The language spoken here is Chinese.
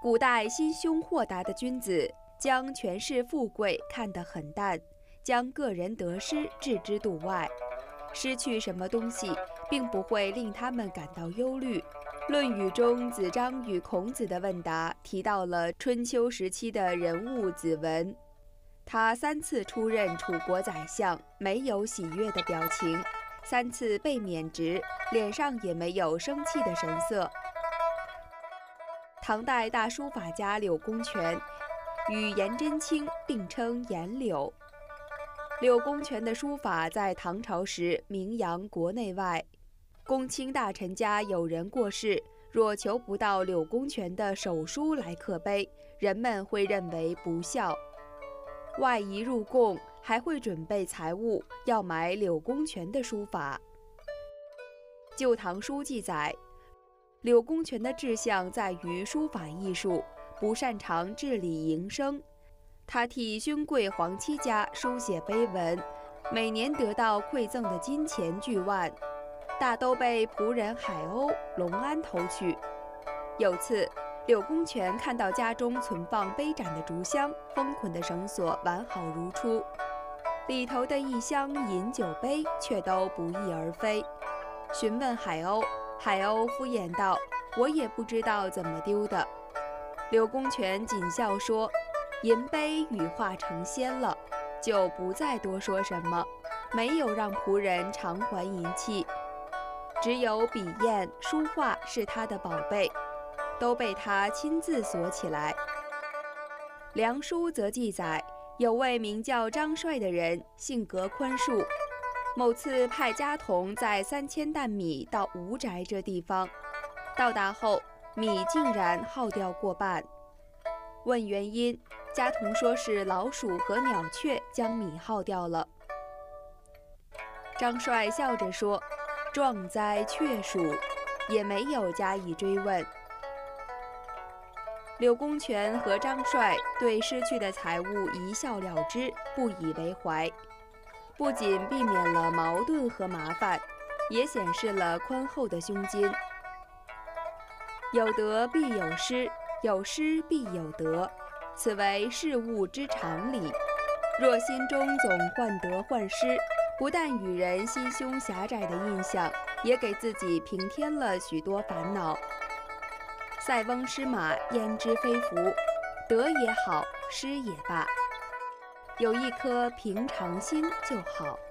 古代心胸豁达的君子，将权势富贵看得很淡，将个人得失置之度外。失去什么东西，并不会令他们感到忧虑。《论语》中子张与孔子的问答提到了春秋时期的人物子文，他3次出任楚国宰相，没有喜悦的表情；3次被免职，脸上也没有生气的神色。唐代大书法家柳公权与颜真卿并称颜柳。柳公权的书法在唐朝时名扬国内外，公卿大臣家有人过世，若求不到柳公权的手书来刻碑，人们会认为不孝。外夷入贡，还会准备财物，要买柳公权的书法。《旧唐书》记载，柳公权的志向在于书法艺术，不擅长治理营生。他替勋贵皇戚家书写碑文，每年得到馈赠的金钱巨万，大都被仆人海鸥、龙安偷去。有次，柳公权看到家中存放杯盏的竹箱，封捆的绳索完好如初，里头的一箱饮酒杯却都不翼而飞。询问海鸥，海鸥敷衍道：“我也不知道怎么丢的。”柳公权谨笑说：“银杯羽化成仙了。”就不再多说什么，没有让仆人偿还银器。只有笔砚、书画是他的宝贝，都被他亲自锁起来。梁书则记载，有位名叫张帅的人，性格宽恕。某次派家童载3000担米到吴宅这地方，到达后，米竟然耗掉过半。问原因，家童说是老鼠和鸟雀将米耗掉了。张帅笑着说：“壮哉雀鼠！”也没有加以追问。柳公权和张帅对失去的财物一笑了之，不以为怀，不仅避免了矛盾和麻烦，也显示了宽厚的胸襟。有得必有失，有失必有得，此为事物之常理。若心中总患得患失，不但与人心胸狭窄的印象，也给自己平添了许多烦恼。塞翁失马，焉知非福，得也好，失也罢，有一颗平常心就好。